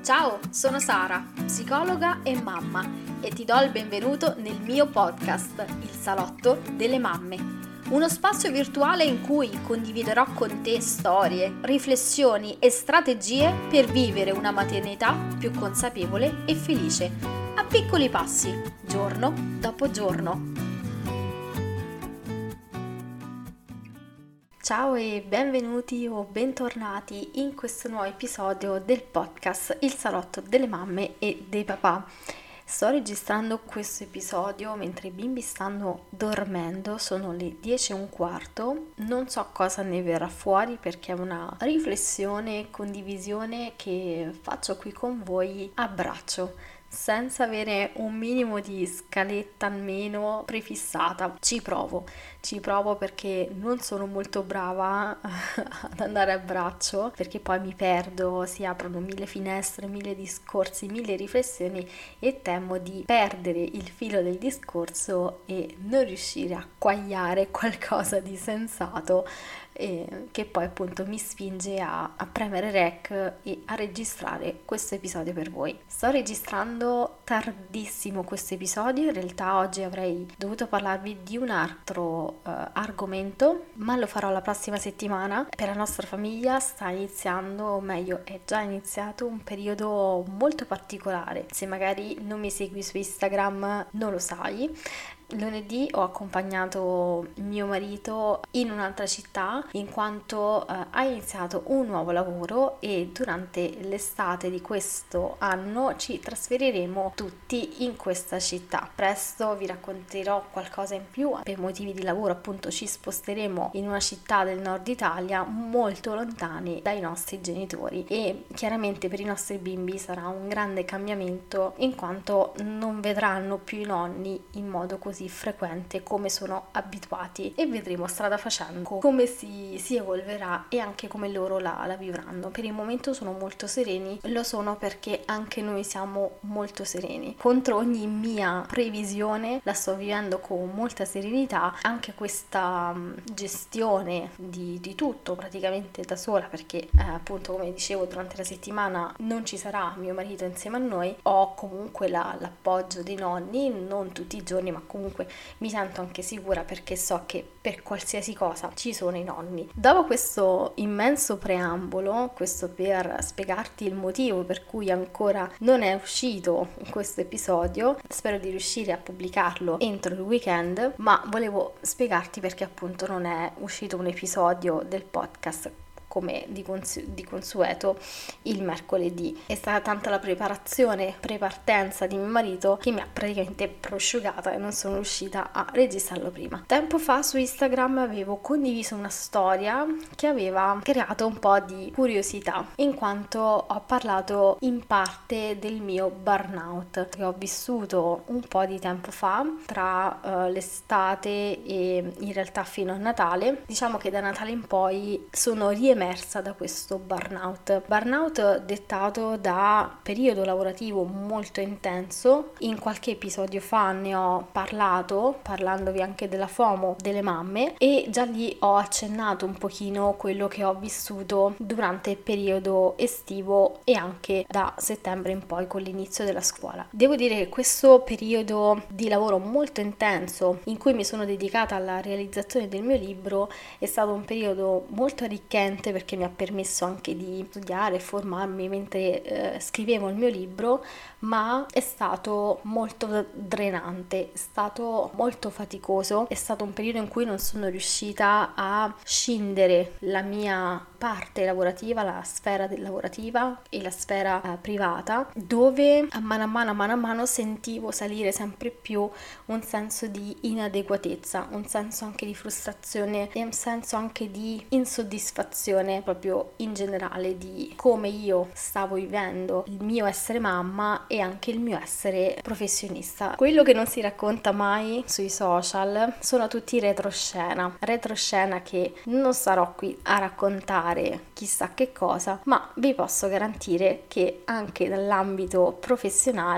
Ciao, sono Sara, psicologa e mamma e ti do il benvenuto nel mio podcast, Il Salotto delle Mamme. Uno spazio virtuale in cui condividerò con te storie, riflessioni e strategie per vivere una maternità più consapevole e felice, a piccoli passi, giorno dopo giorno. Ciao e benvenuti o bentornati in questo nuovo episodio del podcast Il Salotto delle Mamme e dei Papà. Sto registrando questo episodio mentre i bimbi stanno dormendo, sono le 10:15, non so cosa ne verrà fuori perché è una riflessione e condivisione che faccio qui con voi a braccio, senza avere un minimo di scaletta almeno prefissata. Ci provo perché non sono molto brava ad andare a braccio, perché poi mi perdo, si aprono mille finestre, mille discorsi, mille riflessioni e temo di perdere il filo del discorso e non riuscire a quagliare qualcosa di sensato che poi appunto mi spinge a premere rec e a registrare questo episodio per voi. Sto registrando tardissimo questo episodio, in realtà oggi avrei dovuto parlarvi di un altro argomento, ma lo farò la prossima settimana. Per la nostra famiglia sta iniziando, o meglio è già iniziato, un periodo molto particolare. Se magari non mi segui su Instagram non lo sai. Lunedì ho accompagnato mio marito in un'altra città in quanto ha iniziato un nuovo lavoro e durante l'estate di questo anno ci trasferiremo tutti in questa città. Presto vi racconterò qualcosa in più. Per motivi di lavoro appunto ci sposteremo in una città del nord Italia molto lontani dai nostri genitori e chiaramente per i nostri bimbi sarà un grande cambiamento in quanto non vedranno più i nonni in modo così frequente come sono abituati e vedremo strada facendo come si evolverà e anche come loro la vivranno. Per il momento sono molto sereni, lo sono perché anche noi siamo molto sereni. Contro ogni mia previsione la sto vivendo con molta serenità, anche questa gestione di tutto praticamente da sola perché appunto come dicevo durante la settimana non ci sarà mio marito insieme a noi, ho comunque l'appoggio dei nonni, non tutti i giorni ma comunque mi sento anche sicura perché so che per qualsiasi cosa ci sono i nonni. Dopo questo immenso preambolo, questo per spiegarti il motivo per cui ancora non è uscito questo episodio, spero di riuscire a pubblicarlo entro il weekend, ma volevo spiegarti perché appunto non è uscito un episodio del podcast come di consueto il mercoledì. È stata tanta la prepartenza di mio marito che mi ha praticamente prosciugata e non sono riuscita a registrarlo prima. Tempo fa su Instagram avevo condiviso una storia che aveva creato un po' di curiosità in quanto ho parlato in parte del mio burnout che ho vissuto un po' di tempo fa tra l'estate e in realtà fino a Natale. Diciamo che da Natale in poi sono riemersa da questo burnout dettato da periodo lavorativo molto intenso. In qualche episodio fa ne ho parlandovi anche della FOMO delle mamme e già lì ho accennato un pochino quello che ho vissuto durante il periodo estivo e anche da settembre in poi con l'inizio della scuola. Devo dire che questo periodo di lavoro molto intenso in cui mi sono dedicata alla realizzazione del mio libro è stato un periodo molto arricchente perché mi ha permesso anche di studiare e formarmi mentre scrivevo il mio libro, ma è stato molto drenante, è stato molto faticoso, è stato un periodo in cui non sono riuscita a scindere la mia parte lavorativa, la sfera lavorativa e la sfera privata, dove a mano sentivo salire sempre più un senso di inadeguatezza, un senso anche di frustrazione e un senso anche di insoddisfazione proprio in generale di come io stavo vivendo il mio essere mamma e anche il mio essere professionista. Quello che non si racconta mai sui social sono tutti retroscena che non sarò qui a raccontare chissà che cosa, ma vi posso garantire che anche dall'ambito professionale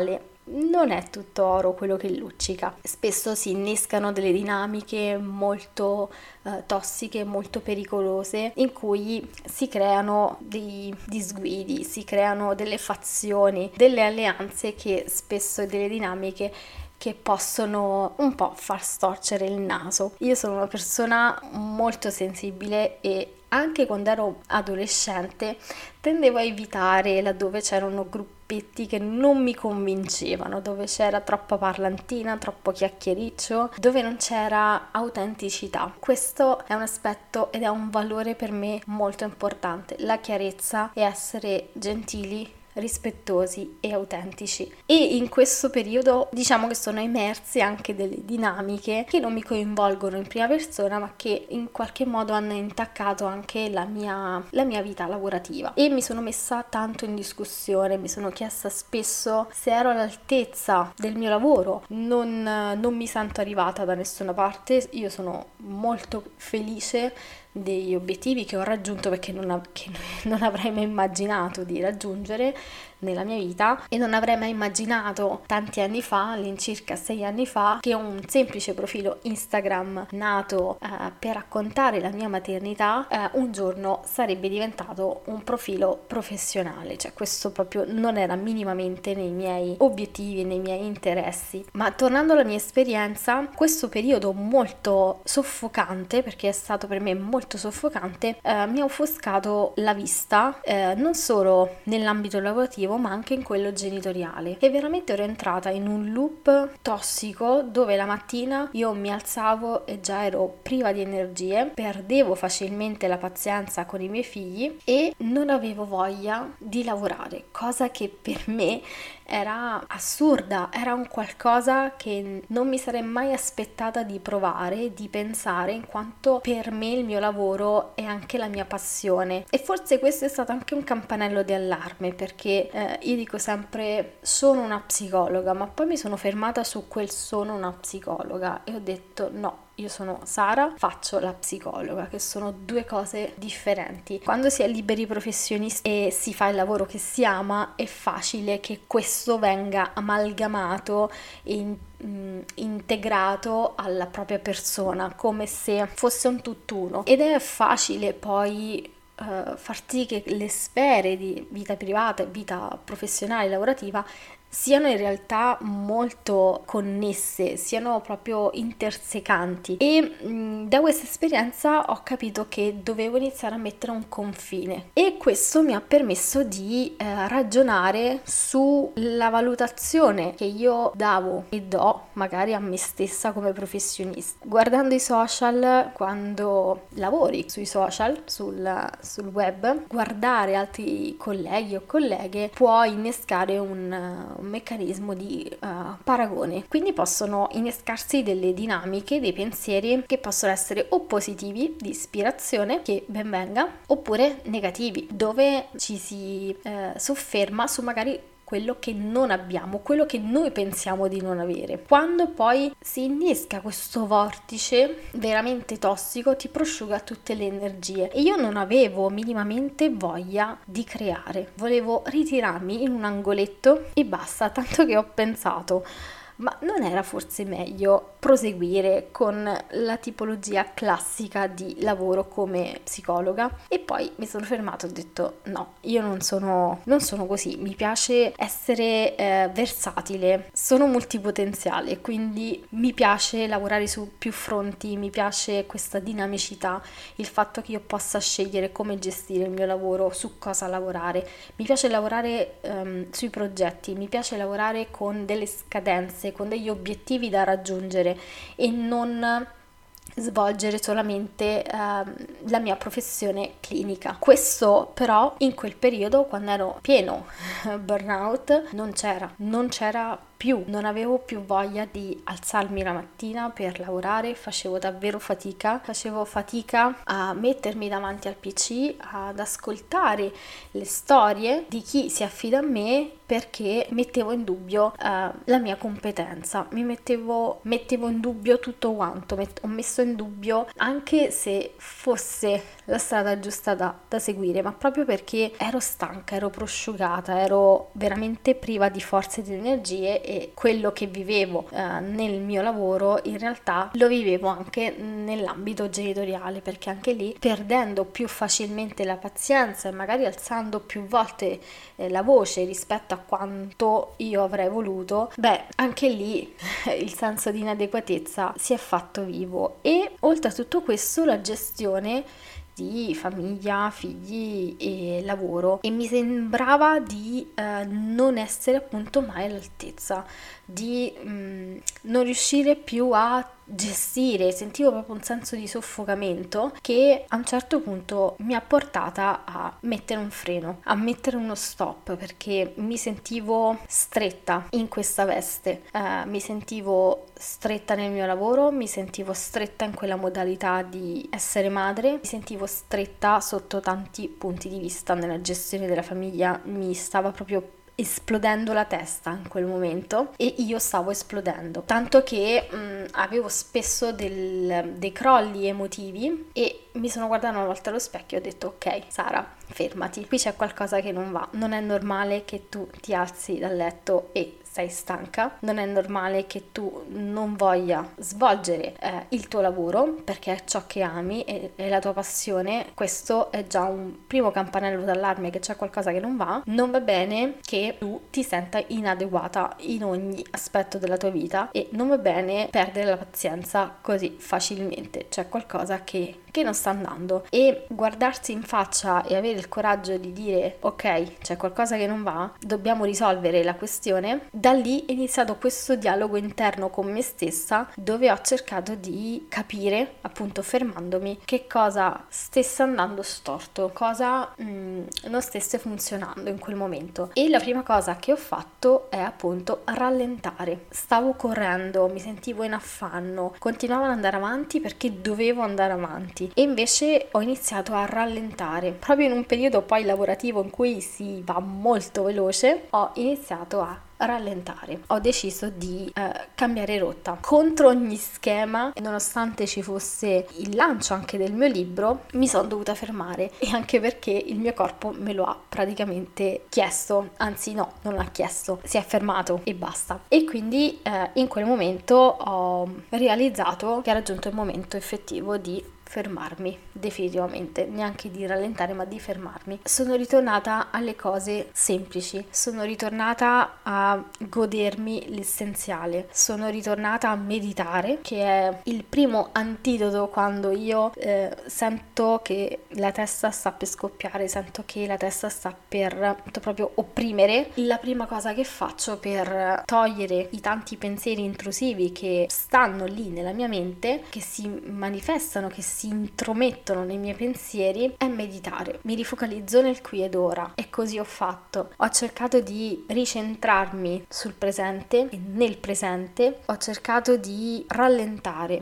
non è tutto oro quello che luccica. Spesso si innescano delle dinamiche molto tossiche, molto pericolose, in cui si creano dei disguidi, si creano delle fazioni, delle alleanze che spesso delle dinamiche che possono un po' far storcere il naso. Io sono una persona molto sensibile e anche quando ero adolescente tendevo a evitare laddove c'erano gruppetti che non mi convincevano, dove c'era troppa parlantina, troppo chiacchiericcio, dove non c'era autenticità. Questo è un aspetto ed è un valore per me molto importante, la chiarezza e essere gentili, rispettosi e autentici. E in questo periodo diciamo che sono emerse anche delle dinamiche che non mi coinvolgono in prima persona, ma che in qualche modo hanno intaccato anche la mia vita lavorativa, e mi sono messa tanto in discussione, mi sono chiesta spesso se ero all'altezza del mio lavoro. Non mi sento arrivata da nessuna parte. Io sono molto felice degli obiettivi che ho raggiunto, perché che non avrei mai immaginato di raggiungere nella mia vita, e non avrei mai immaginato tanti anni fa, all'incirca 6 anni fa, che un semplice profilo Instagram nato per raccontare la mia maternità un giorno sarebbe diventato un profilo professionale. Cioè, questo proprio non era minimamente nei miei obiettivi, nei miei interessi. Ma tornando alla mia esperienza, questo periodo molto soffocante, perché è stato per me molto soffocante, mi ha offuscato la vista, non solo nell'ambito lavorativo ma anche in quello genitoriale, e veramente ero entrata in un loop tossico dove la mattina io mi alzavo e già ero priva di energie, perdevo facilmente la pazienza con i miei figli e non avevo voglia di lavorare, cosa che per me era assurda, era un qualcosa che non mi sarei mai aspettata di provare, di pensare, in quanto per me il mio lavoro è anche la mia passione. E forse questo è stato anche un campanello di allarme, perché io dico sempre sono una psicologa, ma poi mi sono fermata su quel sono una psicologa e ho detto no, io sono Sara, faccio la psicologa, che sono due cose differenti. Quando si è liberi professionisti e si fa il lavoro che si ama, è facile che questo venga amalgamato e integrato alla propria persona, come se fosse un tutt'uno, ed è facile poi far sì che le sfere di vita privata e vita professionale e lavorativa siano in realtà molto connesse, siano proprio intersecanti. E da questa esperienza ho capito che dovevo iniziare a mettere un confine, e questo mi ha permesso di ragionare sulla valutazione che io davo e do magari a me stessa come professionista. Guardando i social, quando lavori sui social, sul web, guardare altri colleghi o colleghe può innescare un meccanismo di paragone, quindi possono innescarsi delle dinamiche, dei pensieri che possono essere o positivi, di ispirazione, che ben venga, oppure negativi, dove ci si sofferma su magari quello che non abbiamo, quello che noi pensiamo di non avere. Quando poi si innesca questo vortice veramente tossico, ti prosciuga tutte le energie, e io non avevo minimamente voglia di creare, volevo ritirarmi in un angoletto e basta, tanto che ho pensato: ma non era forse meglio proseguire con la tipologia classica di lavoro come psicologa? E poi mi sono fermata e ho detto no, io non sono così, mi piace essere versatile, sono multipotenziale, quindi mi piace lavorare su più fronti, mi piace questa dinamicità, il fatto che io possa scegliere come gestire il mio lavoro, su cosa lavorare, mi piace lavorare sui progetti, mi piace lavorare con delle scadenze, con degli obiettivi da raggiungere, e non svolgere solamente la mia professione clinica. Questo però in quel periodo, quando ero pieno burnout, non c'era più, non avevo più voglia di alzarmi la mattina per lavorare, facevo fatica a mettermi davanti al PC, ad ascoltare le storie di chi si affida a me, perché mettevo in dubbio la mia competenza, mettevo in dubbio tutto quanto, ho messo in dubbio anche se fosse la strada giusta da seguire, ma proprio perché ero stanca, ero prosciugata, ero veramente priva di forze e di energie, e quello che vivevo nel mio lavoro in realtà lo vivevo anche nell'ambito genitoriale, perché anche lì, perdendo più facilmente la pazienza e magari alzando più volte la voce rispetto a quanto io avrei voluto, anche lì il senso di inadeguatezza si è fatto vivo. E oltre a tutto questo, la gestione di famiglia, figli e lavoro, e mi sembrava di non essere appunto mai all'altezza, di non riuscire più a gestire, sentivo proprio un senso di soffocamento che a un certo punto mi ha portata a mettere un freno, a mettere uno stop, perché mi sentivo stretta in questa veste, mi sentivo stretta nel mio lavoro, mi sentivo stretta in quella modalità di essere madre, mi sentivo stretta sotto tanti punti di vista nella gestione della famiglia, mi stava proprio esplodendo la testa in quel momento e io stavo esplodendo, tanto che avevo spesso dei crolli emotivi e mi sono guardata una volta allo specchio e ho detto: ok Sara, fermati, qui c'è qualcosa che non va, non è normale che tu ti alzi dal letto e sei stanca, non è normale che tu non voglia svolgere il tuo lavoro perché è ciò che ami e è la tua passione. Questo è già un primo campanello d'allarme che c'è qualcosa che non va. Non va bene che tu ti senta inadeguata in ogni aspetto della tua vita e non va bene perdere la pazienza così facilmente, c'è qualcosa che non sta andando. E guardarsi in faccia e avere il coraggio di dire: ok, c'è qualcosa che non va, dobbiamo risolvere la questione. Da lì è iniziato questo dialogo interno con me stessa, dove ho cercato di capire, appunto fermandomi, che cosa stesse andando storto, cosa non stesse funzionando in quel momento. E la prima cosa che ho fatto è appunto rallentare. Stavo correndo, mi sentivo in affanno, continuavo ad andare avanti perché dovevo andare avanti, e invece ho iniziato a rallentare. Proprio in un periodo poi lavorativo in cui si va molto veloce, ho iniziato a rallentare. Ho deciso di cambiare rotta contro ogni schema, e nonostante ci fosse il lancio anche del mio libro mi sono dovuta fermare, e anche perché il mio corpo me lo ha praticamente chiesto, anzi no, non l'ha chiesto, si è fermato e basta. E quindi in quel momento ho realizzato che era giunto il momento effettivo di fermarmi, definitivamente, neanche di rallentare ma di fermarmi. Sono ritornata alle cose semplici, sono ritornata a godermi l'essenziale, sono ritornata a meditare, che è il primo antidoto quando io sento che la testa sta per scoppiare, sento che la testa sta per proprio opprimere. La prima cosa che faccio per togliere i tanti pensieri intrusivi che stanno lì nella mia mente, che si manifestano, che si intromettono nei miei pensieri, è meditare. Mi rifocalizzo nel qui ed ora, e così ho fatto. Ho cercato di ricentrarmi sul presente e nel presente. Ho cercato di rallentare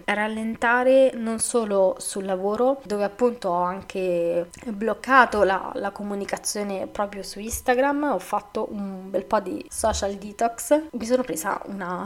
non solo sul lavoro, dove appunto ho anche bloccato la comunicazione proprio su Instagram, ho fatto un bel po' di social detox, mi sono presa una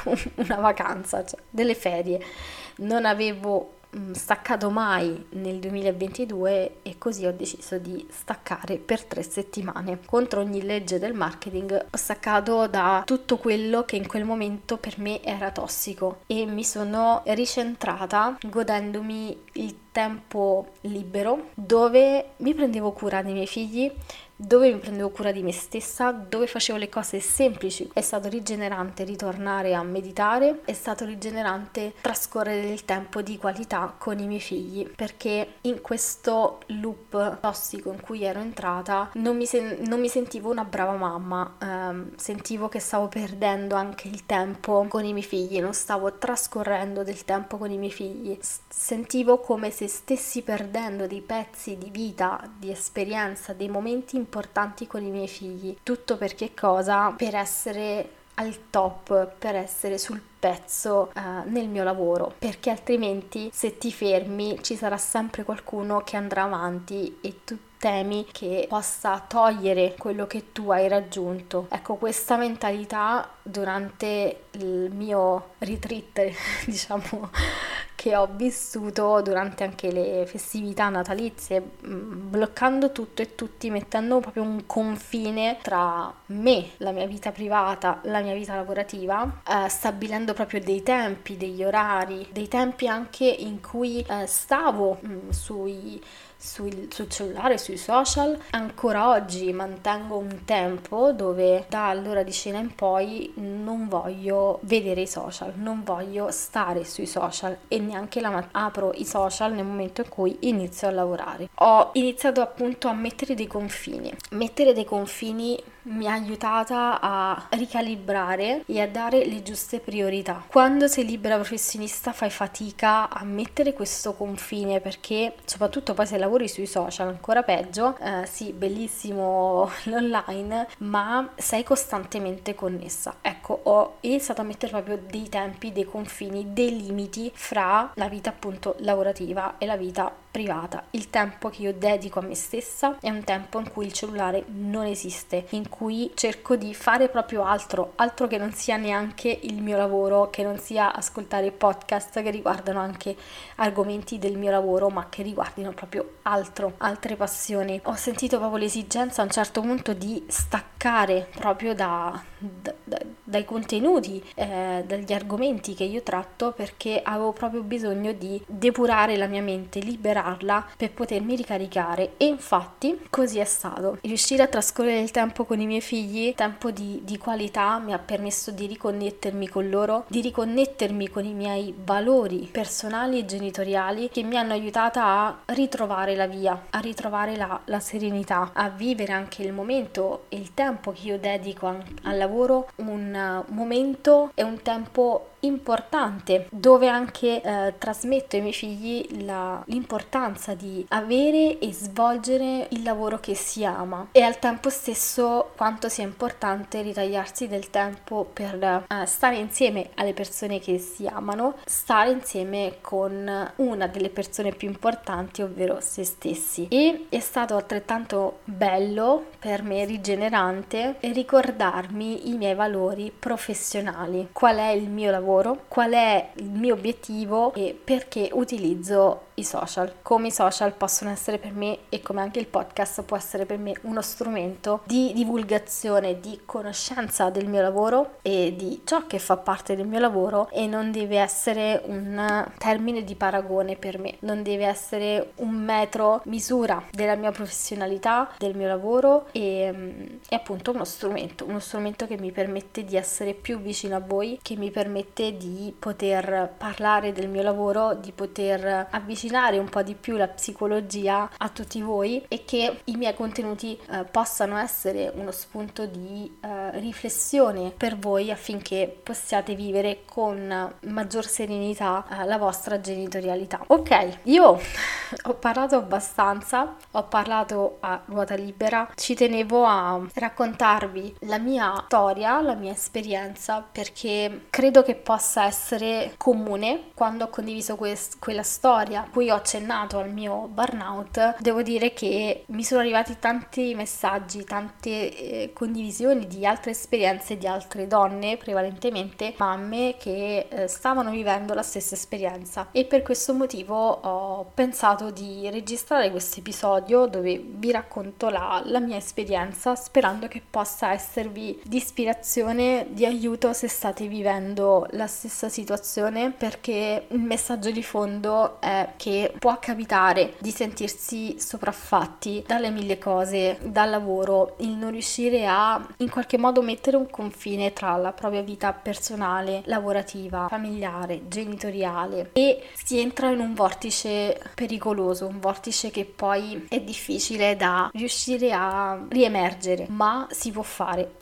vacanza, cioè delle ferie. Non avevo staccato mai nel 2022 e così ho deciso di staccare per 3 settimane. Contro ogni legge del marketing ho staccato da tutto quello che in quel momento per me era tossico e mi sono ricentrata godendomi il tempo libero, dove mi prendevo cura dei miei figli, dove mi prendevo cura di me stessa, dove facevo le cose semplici. È stato rigenerante ritornare a meditare, è stato rigenerante trascorrere del tempo di qualità con i miei figli, perché in questo loop tossico in cui ero entrata non mi sentivo una brava mamma, sentivo che stavo perdendo anche il tempo con i miei figli, non stavo trascorrendo del tempo con i miei figli, sentivo come se stessi perdendo dei pezzi di vita, di esperienza, dei momenti importanti con i miei figli. Tutto perché cosa? Per essere al top, per essere sul pezzo nel mio lavoro, perché altrimenti se ti fermi ci sarà sempre qualcuno che andrà avanti e tu temi che possa togliere quello che tu hai raggiunto. Ecco, questa mentalità durante il mio retreat, diciamo, che ho vissuto durante anche le festività natalizie, bloccando tutto e tutti, mettendo proprio un confine tra me, la mia vita privata, la mia vita lavorativa, stabilendo proprio dei tempi, degli orari, dei tempi anche in cui stavo sul cellulare, sui social. Ancora oggi mantengo un tempo dove dall'ora di cena in poi non voglio vedere i social, non voglio stare sui social e neanche apro i social nel momento in cui inizio a lavorare. Ho iniziato appunto a mettere dei confini. Mettere dei confini mi ha aiutata a ricalibrare e a dare le giuste priorità. Quando sei libera professionista fai fatica a mettere questo confine, perché soprattutto poi se lavori sui social ancora peggio, sì, bellissimo l'online, ma sei costantemente connessa. Ecco, ho iniziato a mettere proprio dei tempi, dei confini, dei limiti fra la vita appunto lavorativa e la vita privata. Il tempo che io dedico a me stessa è un tempo in cui il cellulare non esiste, in cui cerco di fare proprio altro che non sia neanche il mio lavoro, che non sia ascoltare podcast che riguardano anche argomenti del mio lavoro, ma che riguardino proprio altre passioni. Ho sentito proprio l'esigenza a un certo punto di staccare proprio dai contenuti, dagli argomenti che io tratto, perché avevo proprio bisogno di depurare la mia mente, liberarla per potermi ricaricare, e infatti così è stato. Riuscire a trascorrere il tempo con i miei figli, tempo di qualità, mi ha permesso di riconnettermi con loro, di riconnettermi con i miei valori personali e genitoriali, che mi hanno aiutata a ritrovare la via, a ritrovare la serenità, a vivere anche il momento e il tempo che io dedico al lavoro, un momento e un tempo importante, dove anche trasmetto ai miei figli l'importanza di avere e svolgere il lavoro che si ama, e al tempo stesso quanto sia importante ritagliarsi del tempo per stare insieme alle persone che si amano, stare insieme con una delle persone più importanti, ovvero se stessi. E è stato altrettanto bello per me, rigenerante, ricordarmi i miei valori professionali, qual è il mio lavoro, qual è il mio obiettivo e perché utilizzo i social. Come i social possono essere per me, e come anche il podcast può essere per me, uno strumento di divulgazione, di conoscenza del mio lavoro e di ciò che fa parte del mio lavoro, e non deve essere un termine di paragone per me, non deve essere un metro misura della mia professionalità, del mio lavoro, e è appunto uno strumento che mi permette di essere più vicino a voi, che mi permette di poter parlare del mio lavoro, di poter avvicinare un po' di più la psicologia a tutti voi, e che i miei contenuti possano essere uno spunto di riflessione per voi, affinché possiate vivere con maggior serenità la vostra genitorialità. Ok, io ho parlato abbastanza, ho parlato a ruota libera, ci tenevo a raccontarvi la mia storia, la mia esperienza, perché credo che possa essere comune. Quando ho condiviso quella storia, cui ho accennato al mio burnout, devo dire che mi sono arrivati tanti messaggi, tante condivisioni di altre esperienze di altre donne, prevalentemente mamme, che stavano vivendo la stessa esperienza, e per questo motivo ho pensato di registrare questo episodio dove vi racconto la mia esperienza, sperando che possa esservi di ispirazione, di aiuto se state vivendo la stessa situazione, perché il messaggio di fondo è che può capitare di sentirsi sopraffatti dalle mille cose, dal lavoro, il non riuscire a in qualche modo mettere un confine tra la propria vita personale, lavorativa, familiare, genitoriale, e si entra in un vortice pericoloso, un vortice che poi è difficile da riuscire a riemergere, ma si può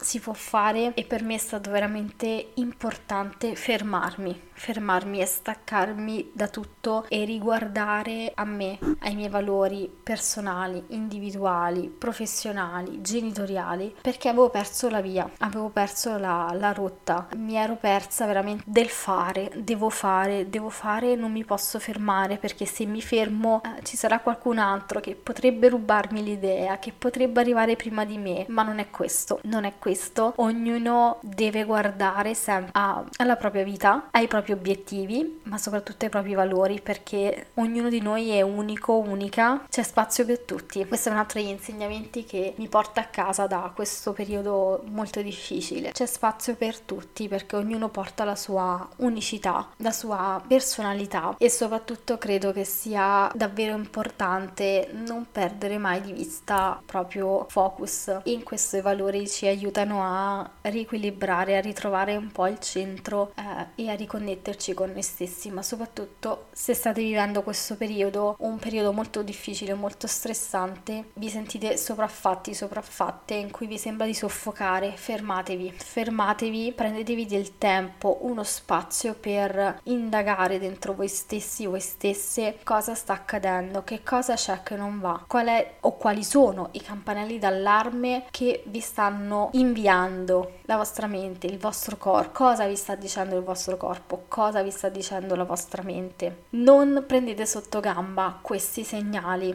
fare, e per me è stato veramente importante fermarmi e staccarmi da tutto e riguardare a me, ai miei valori personali, individuali, professionali, genitoriali, perché avevo perso la via, avevo perso la rotta, mi ero persa veramente del fare, devo fare, non mi posso fermare, perché se mi fermo ci sarà qualcun altro che potrebbe rubarmi l'idea, che potrebbe arrivare prima di me, ma non è questo, ognuno deve guardare sempre alla propria vita, ai propri propri obiettivi, ma soprattutto ai propri valori, perché ognuno di noi è unico, unica, c'è spazio per tutti. Questo è un altro degli insegnamenti che mi porta a casa da questo periodo molto difficile. C'è spazio per tutti perché ognuno porta la sua unicità, la sua personalità, e soprattutto credo che sia davvero importante non perdere mai di vista proprio focus. In questo i valori ci aiutano a riequilibrare, a ritrovare un po' il centro e a riconnetterci con noi stessi, ma soprattutto se state vivendo questo periodo, un periodo molto difficile, molto stressante, vi sentite sopraffatte, in cui vi sembra di soffocare, fermatevi, prendetevi del tempo, uno spazio per indagare dentro voi stessi, voi stesse, cosa sta accadendo, che cosa c'è che non va, qual è o quali sono i campanelli d'allarme che vi stanno inviando la vostra mente, il vostro corpo, cosa vi sta dicendo il vostro corpo, cosa vi sta dicendo la vostra mente. Non prendete sotto gamba questi segnali,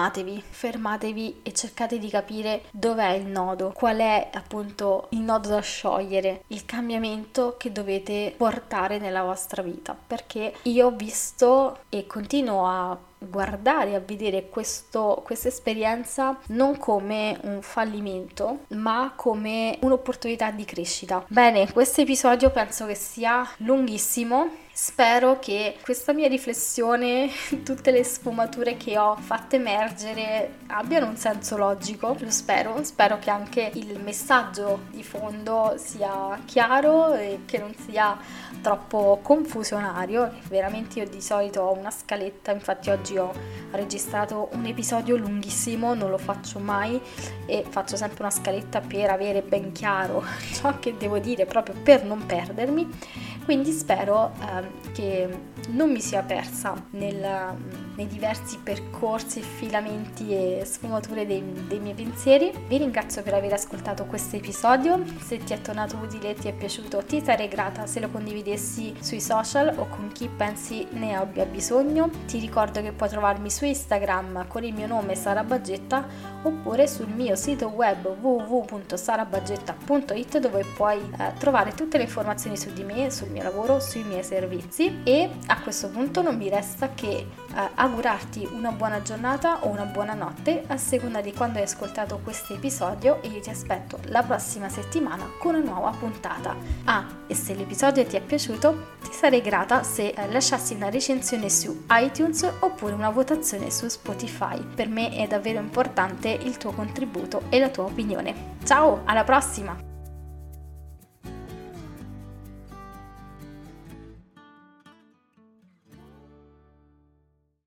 fermatevi e cercate di capire dov'è il nodo, qual è appunto il nodo da sciogliere, il cambiamento che dovete portare nella vostra vita, perché io ho visto e continuo a guardare, a vedere questa esperienza non come un fallimento, ma come un'opportunità di crescita. Bene, questo episodio penso che sia lunghissimo. Spero che questa mia riflessione, tutte le sfumature che ho fatto emergere abbiano un senso logico, lo spero che anche il messaggio di fondo sia chiaro e che non sia troppo confusionario, che veramente io di solito ho una scaletta, infatti oggi ho registrato un episodio lunghissimo, non lo faccio mai e faccio sempre una scaletta per avere ben chiaro ciò che devo dire, proprio per non perdermi. Quindi spero che non mi sia persa nei diversi percorsi, filamenti e sfumature dei miei pensieri. Vi ringrazio per aver ascoltato questo episodio. Se ti è tornato utile e ti è piaciuto, ti sarei grata se lo condividessi sui social o con chi pensi ne abbia bisogno. Ti ricordo che puoi trovarmi su Instagram con il mio nome Sara Baggetta, oppure sul mio sito web www.sarabaggetta.it, dove puoi trovare tutte le informazioni su di me, sul mio lavoro, sui miei servizi. E a questo punto non mi resta che augurarti una buona giornata o una buona notte a seconda di quando hai ascoltato questo episodio, e io ti aspetto la prossima settimana con una nuova puntata. E se l'episodio ti è piaciuto, ti sarei grata se lasciassi una recensione su iTunes oppure una votazione su Spotify. Per me è davvero importante il tuo contributo e la tua opinione. Ciao, alla prossima!